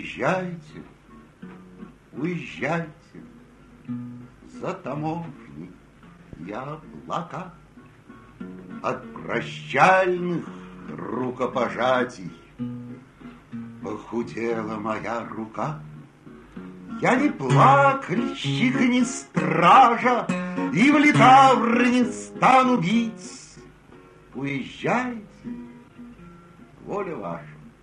Уезжайте, уезжайте за таможней яблока. От прощальных рукопожатий похудела моя рука. Я не плакальщик, не стража, и в литавр не стану бить. Уезжайте, воля ваша.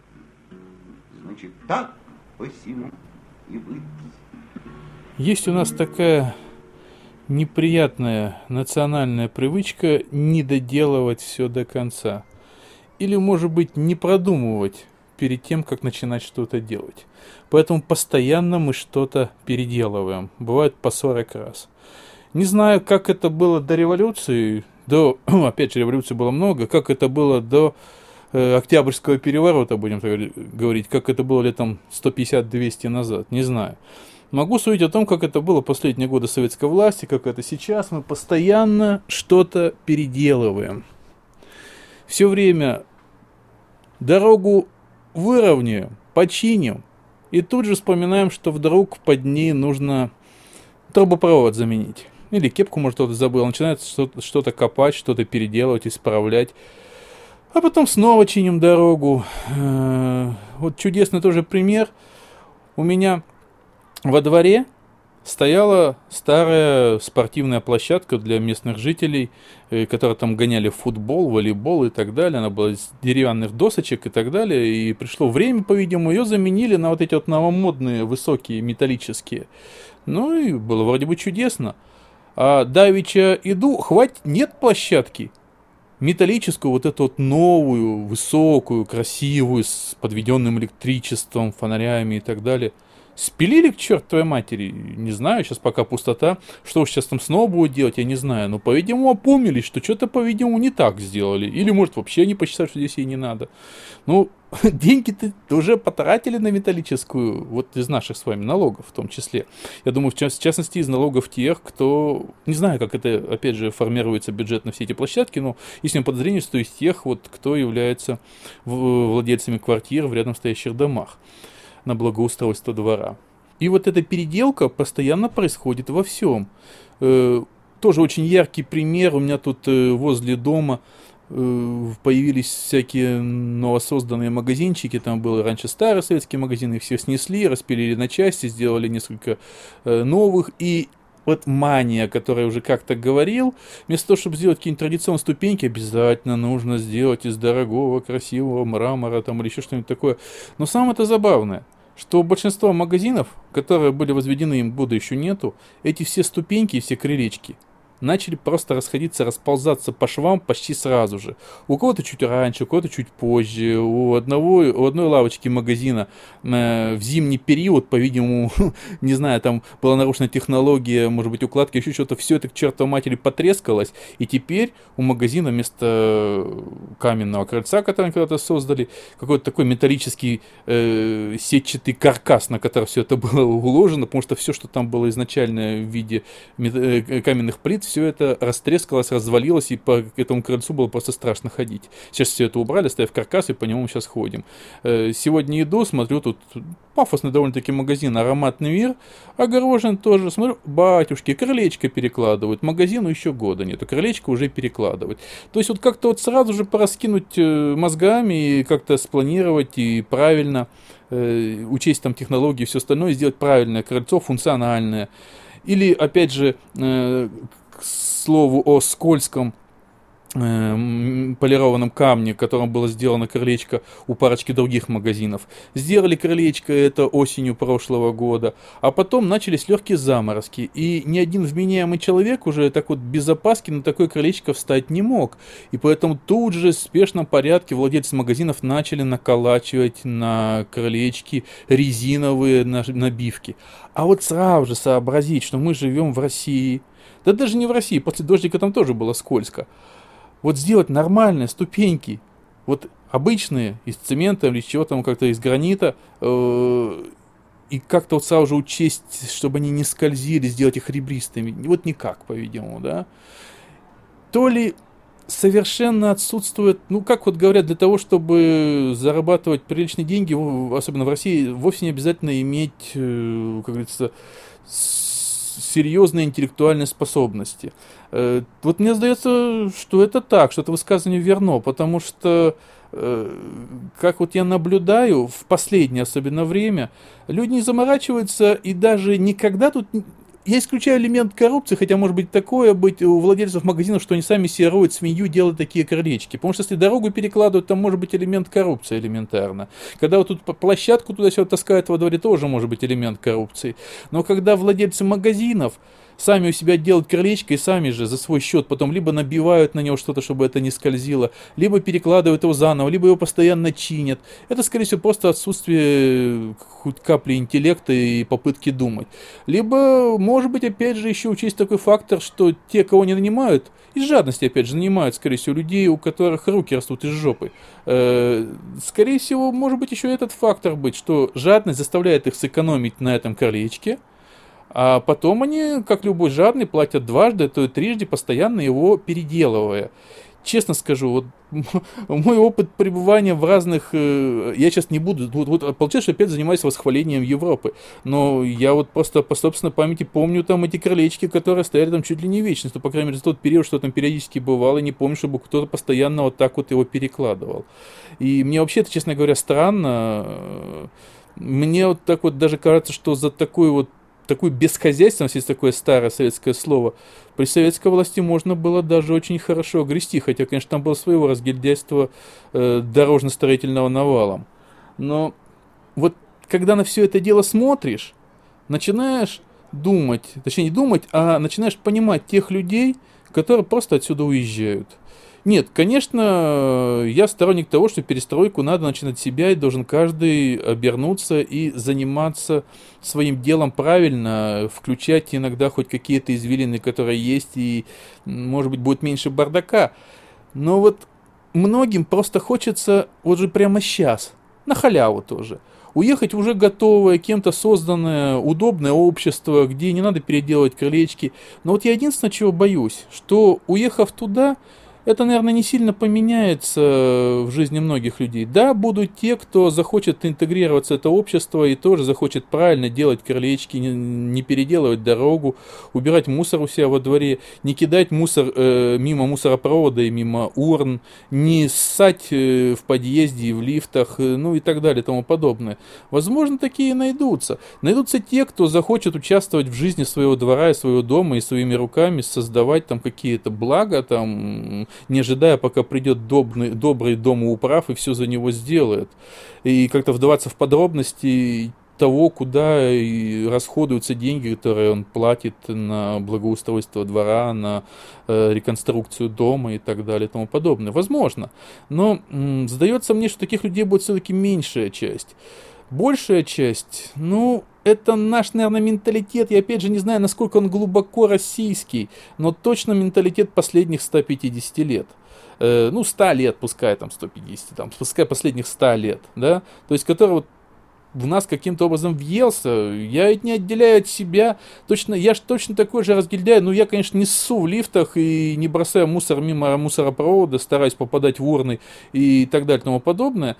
Значит, так посему и быть. Есть у нас такая неприятная национальная привычка не доделывать все до конца. Или, может быть, не продумывать перед тем, как начинать что-то делать. Поэтому постоянно мы что-то переделываем. Бывает по 40 раз. Не знаю, как это было до революции. Опять же, революции было много. Как это было до Октябрьского переворота, будем говорить. Как это было летом 150-200 назад. Не знаю. Могу судить о том, как это было последние годы советской власти, как это сейчас. Мы постоянно что-то переделываем. Все время дорогу выровняем, починим, и тут же вспоминаем, что вдруг под ней нужно трубопровод заменить. Или кепку, может, кто-то забыл. Начинает что-то копать, что-то переделывать, исправлять. А потом снова чиним дорогу. Вот чудесный тоже пример. У меня во дворе стояла старая спортивная площадка для местных жителей, которые там гоняли в футбол, волейбол и так далее. Она была из деревянных досочек и так далее. И пришло время, по-видимому, ее заменили на вот эти вот новомодные, высокие, металлические. Ну и было вроде бы чудесно. А давеча иду, хватит, нет площадки. Металлическую, вот эту вот новую, высокую, красивую, с подведенным электричеством, фонарями и так далее. Спилили к чертовой матери, не знаю, сейчас пока пустота, что уж сейчас там снова будут делать, я не знаю, но, по-видимому, опомнились, что что-то, по-видимому, не так сделали, или, может, вообще они посчитали, что здесь ей не надо. Ну, деньги-то уже потратили на металлическую, вот из наших с вами налогов в том числе. Я думаю, в частности, из налогов тех, кто, не знаю, как это, опять же, формируется бюджет на все эти площадки, но есть у меня подозрение, что из тех, вот, кто является владельцами квартир в рядом стоящих домах на благоустройство двора. И вот эта переделка постоянно происходит во всем. Тоже очень яркий пример. У меня тут возле дома появились всякие новосозданные магазинчики. Там был раньше старый советский магазин, их все снесли, распилили на части, сделали несколько новых. И вот мания, о которой я уже как-то говорил, вместо того, чтобы сделать какие-нибудь традиционные ступеньки, обязательно нужно сделать из дорогого, красивого мрамора там, или еще что-нибудь такое. Но самое-то забавное, что большинство магазинов, которые были возведены, им года еще нету, эти все ступеньки и все крылечки начали просто расходиться, расползаться по швам почти сразу же. У кого-то чуть раньше, у кого-то чуть позже. У одной лавочки магазина в зимний период, по-видимому, не знаю, там была нарушена технология, может быть, укладка, еще что-то, все это к чертовой матери потрескалось, и теперь у магазина вместо каменного крыльца, которое они когда-то создали, какой-то такой металлический сетчатый каркас, на который все это было уложено, потому что все, что там было изначально в виде каменных плит, все это растрескалось, развалилось, и по этому крыльцу было просто страшно ходить. Сейчас все это убрали, ставив каркас, и по нему сейчас ходим. Сегодня иду, смотрю, тут пафосный довольно-таки магазин «Ароматный мир», огорожен тоже, смотрю, батюшки, крылечко перекладывают, магазину еще года нет, а крылечко уже перекладывают. То есть вот как-то вот сразу же пораскинуть мозгами и как-то спланировать и правильно учесть там технологии и все остальное, сделать правильное крыльцо, функциональное. Или, опять же, к слову о скользком полированном камне, которым было сделано крылечко у парочки других магазинов. Сделали крылечко это осенью прошлого года, а потом начались легкие заморозки, и ни один вменяемый человек уже так вот без опаски на такое крылечко встать не мог. И поэтому тут же в спешном порядке владельцы магазинов начали наколачивать на крылечки резиновые набивки. А вот сразу же сообразить, что мы живем в России, да даже не в России, после дождика там тоже было скользко. Вот сделать нормальные ступеньки, вот обычные, из цемента или чего там, как-то из гранита, и как-то вот сразу же учесть, чтобы они не скользили, сделать их ребристыми. Вот никак, по-видимому, да. То ли совершенно отсутствует, ну, как вот говорят, для того, чтобы зарабатывать приличные деньги, особенно в России, вовсе не обязательно иметь, как говорится, серьезные интеллектуальные способности. Вот мне сдается, что это так, что это высказывание верно, потому что, как вот я наблюдаю, в последнее особенно время, люди не заморачиваются и даже никогда тут... Я исключаю элемент коррупции, хотя может быть такое быть у владельцев магазинов, что они сами себе роют свинью, делают такие крылечки. Потому что если дорогу перекладывают, там может быть элемент коррупции элементарно. Когда вот тут площадку туда-сюда таскают во дворе, тоже может быть элемент коррупции. Но когда владельцы магазинов сами у себя делают крылечко и сами же за свой счет потом либо набивают на него что-то, чтобы это не скользило, либо перекладывают его заново, либо его постоянно чинят. Это, скорее всего, просто отсутствие хоть капли интеллекта и попытки думать. Либо, может быть, опять же, еще учесть такой фактор, что те, кого не нанимают, из жадности, опять же, нанимают, скорее всего, людей, у которых руки растут из жопы. Скорее всего, может быть, еще этот фактор быть, что жадность заставляет их сэкономить на этом крылечке, а потом они, как любой жадный, платят дважды, то и трижды, постоянно его переделывая. Честно скажу, вот мой опыт пребывания в разных... Я сейчас не буду... Вот получается, что опять занимаюсь восхвалением Европы. Но я вот просто по собственной памяти помню там эти крылечки, которые стояли там чуть ли не вечность. Ну, по крайней мере, за тот период, что там периодически бывало, и не помню, чтобы кто-то постоянно вот так вот его перекладывал. И мне вообще это, честно говоря, странно. Мне вот так вот даже кажется, что за такую бесхозяйственность, есть такое старое советское слово, при советской власти можно было даже очень хорошо грести, хотя, конечно, там было своего разгильдяйства дорожно-строительного навалом. Но вот когда на все это дело смотришь, начинаешь думать, точнее не думать, а начинаешь понимать тех людей, которые просто отсюда уезжают. Нет, конечно, я сторонник того, что перестройку надо начинать с себя, и должен каждый обернуться и заниматься своим делом правильно, включать иногда хоть какие-то извилины, которые есть, и, может быть, будет меньше бардака. Но вот многим просто хочется вот же прямо сейчас, на халяву тоже, уехать в уже готовое, кем-то созданное, удобное общество, где не надо переделывать крылечки. Но вот я единственное, чего боюсь, что уехав туда, это, наверное, не сильно поменяется в жизни многих людей. Да, будут те, кто захочет интегрироваться в это общество и тоже захочет правильно делать крылечки, не переделывать дорогу, убирать мусор у себя во дворе, не кидать мусор мимо мусоропровода и мимо урн, не ссать в подъезде и в лифтах, ну и так далее и тому подобное. Возможно, такие найдутся. Найдутся те, кто захочет участвовать в жизни своего двора и своего дома и своими руками создавать там какие-то блага, там, не ожидая, пока придет добрый домоуправ и все за него сделает. И как-то вдаваться в подробности того, куда и расходуются деньги, которые он платит на благоустройство двора, на реконструкцию дома и так далее и тому подобное. Возможно. Но сдается мне, что таких людей будет все-таки меньшая часть. Большая часть, ну, это наш, наверное, менталитет. Я опять же не знаю, насколько он глубоко российский, но точно менталитет последних 150 лет. Ну, 100 лет, пускай там 150, там, пускай последних 100 лет, да, то есть, который вот в нас каким-то образом въелся. Я ведь не отделяю от себя. Я же точно такой же разгильдяй. Ну, я, конечно, не ссу в лифтах и не бросаю мусор мимо мусоропровода, стараюсь попадать в урны и так далее и тому подобное.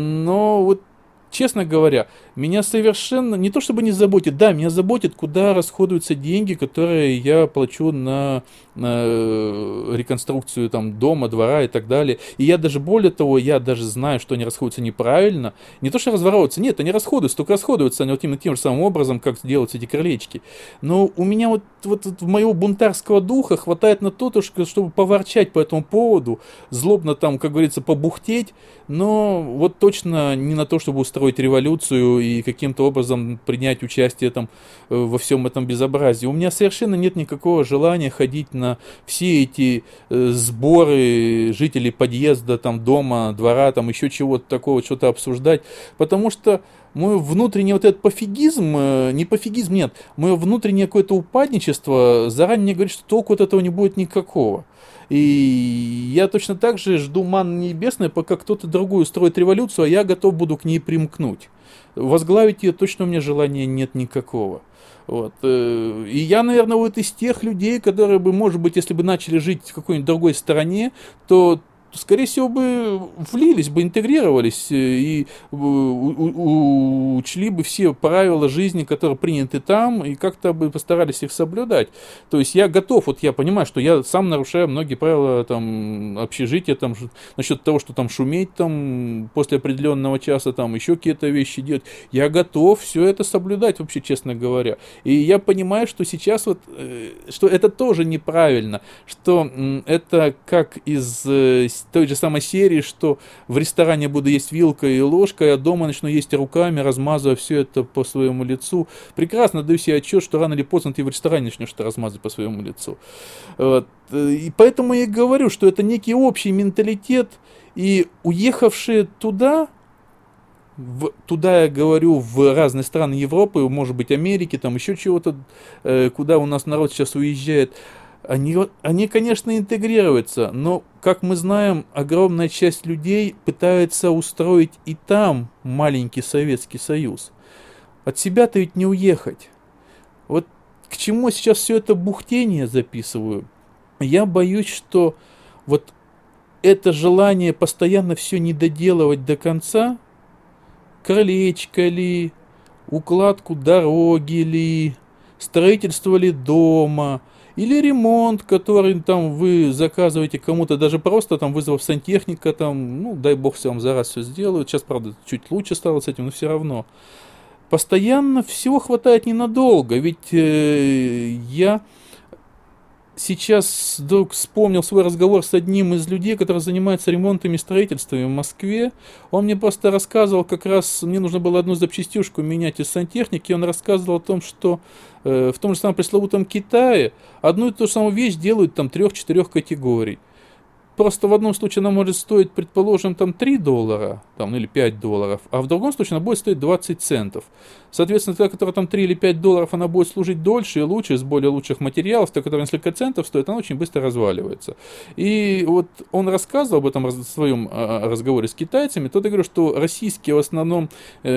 Но вот, честно говоря, меня совершенно, не то чтобы не заботит, да, меня заботит, куда расходуются деньги, которые я плачу на реконструкцию там, дома, двора и так далее. И я даже, более того, я даже знаю, что они расходуются неправильно. Не то, что разворовываются, нет, они расходуются, только расходуются они вот именно тем же самым образом, как делаются эти крылечки. Но у меня вот моего бунтарского духа хватает на то, чтобы поворчать по этому поводу, злобно там, как говорится, побухтеть, но вот точно не на то, чтобы устроить революцию и каким-то образом принять участие там во всем этом безобразии. У меня совершенно нет никакого желания ходить на все эти сборы жителей подъезда, там, дома, двора, там, еще чего-то такого, что-то обсуждать, потому что мой внутренний вот этот пофигизм, не пофигизм, нет, мое внутреннее какое-то упадничество заранее мне говорит, что толку от этого не будет никакого. И я точно так же жду манны небесной, пока кто-то другой устроит революцию, а я готов буду к ней примкнуть. Возглавить ее точно у меня желания нет никакого. Вот. И я, наверное, вот из тех людей, которые бы, может быть, если бы начали жить в какой-нибудь другой стране, то скорее всего бы влились бы, интегрировались и учли бы все правила жизни, которые приняты там, и как-то бы постарались их соблюдать. То есть я готов, вот я понимаю, что я сам нарушаю многие правила там общежития, там, насчет того, что там шуметь там после определенного часа, там еще какие-то вещи делать. Я готов все это соблюдать, вообще, честно говоря. И я понимаю, что сейчас вот, что это тоже неправильно, что это как из той же самой серии, что в ресторане буду есть вилкой и ложкой, а дома начну есть руками, размазывая все это по своему лицу. Прекрасно даю себе отчет, что рано или поздно ты в ресторане начнешь это размазывать по своему лицу. Вот. И поэтому я и говорю, что это некий общий менталитет, и уехавшие туда, туда я говорю, в разные страны Европы, может быть, Америки, там еще чего-то, куда у нас народ сейчас уезжает, они, конечно, интегрируются, но, как мы знаем, огромная часть людей пытается устроить и там маленький Советский Союз. От себя-то ведь не уехать. Вот к чему сейчас все это бухтение записываю? Я боюсь, что вот это желание постоянно все недоделывать до конца, крылечко ли, укладку дороги ли, строительство ли дома, или ремонт, который там вы заказываете кому-то, даже просто там вызвав сантехника, там, ну, дай бог все вам за раз все сделают. Сейчас, правда, чуть лучше стало с этим, но все равно. Постоянно всего хватает ненадолго, ведь я сейчас вдруг вспомнил свой разговор с одним из людей, который занимается ремонтами и строительствами в Москве. Он мне просто рассказывал, как раз мне нужно было одну запчастюшку менять из сантехники, и он рассказывал о том, что в том же самом пресловутом Китае одну и ту же самую вещь делают там 3-4 категорий. Просто в одном случае она может стоить, предположим, там $3, там, или $5, а в другом случае она будет стоить 20 центов. Соответственно, та, которая там $3 или $5, она будет служить дольше и лучше, из более лучших материалов, та, которая несколько центов стоит, она очень быстро разваливается. И вот он рассказывал об этом в своем разговоре с китайцами, то я говорю, что российские в основном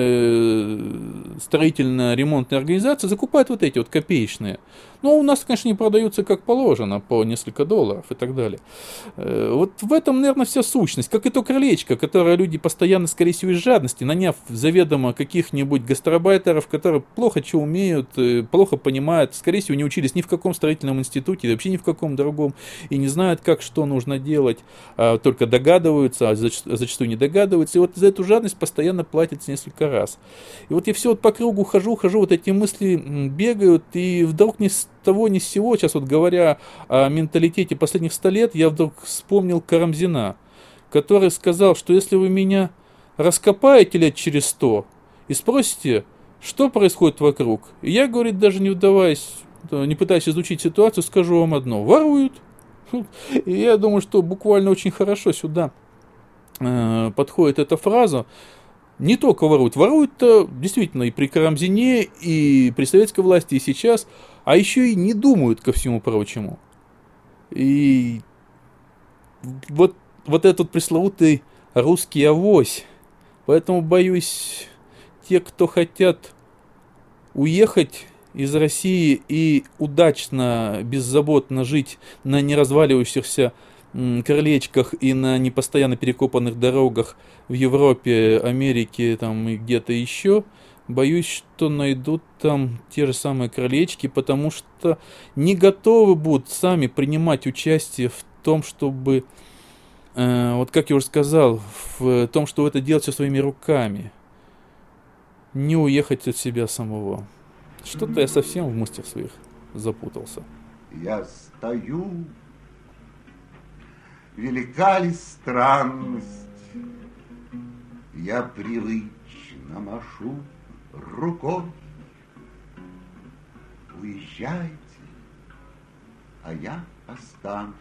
строительно-ремонтные организации закупают вот эти вот копеечные. Но у нас, конечно, не продаются как положено, по несколько $, и так далее. Вот в этом, наверное, вся сущность. Как и то крылечко, которое люди постоянно, скорее всего, из жадности, наняв заведомо каких-нибудь гастарбайтеров, которые плохо что умеют, плохо понимают, скорее всего, не учились ни в каком строительном институте, вообще ни в каком другом, и не знают, как, что нужно делать, а только догадываются, а зачастую не догадываются. И вот за эту жадность постоянно платится несколько раз. И вот я все вот по кругу хожу, вот эти мысли бегают, и вдруг ни с того ни с сего, сейчас вот говоря о менталитете последних 100 лет, я вдруг вспомнил Карамзина, который сказал, что если вы меня раскопаете лет через 100 и спросите, что происходит вокруг, и я, говорит, даже не вдаваясь, не пытаясь изучить ситуацию, скажу вам одно: воруют. И я думаю, что буквально очень хорошо сюда подходит эта фраза. Не только воруют-то действительно и при Карамзине, и при советской власти, и сейчас, а еще и не думают ко всему прочему. И вот этот пресловутый русский авось. Поэтому, боюсь, те, кто хотят уехать из России и удачно, беззаботно жить на неразваливающихся крылечках и на непостоянно перекопанных дорогах в Европе, Америке там, и где-то еще, боюсь, что найдут там те же самые крылечки, потому что не готовы будут сами принимать участие в том, чтобы, вот как я уже сказал, в том, что это делать все своими руками, не уехать от себя самого. Что-то я совсем в мыслях своих запутался. Я стою, велика ли странность, я привычно машу рукой. Уезжайте, а я останусь.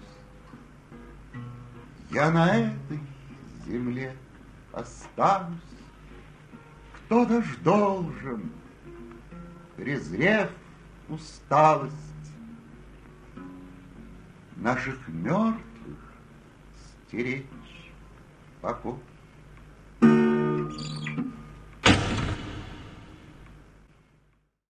Я на этой земле останусь. Кто-то ж должен, презрев усталость, наших мертвых стеречь покой.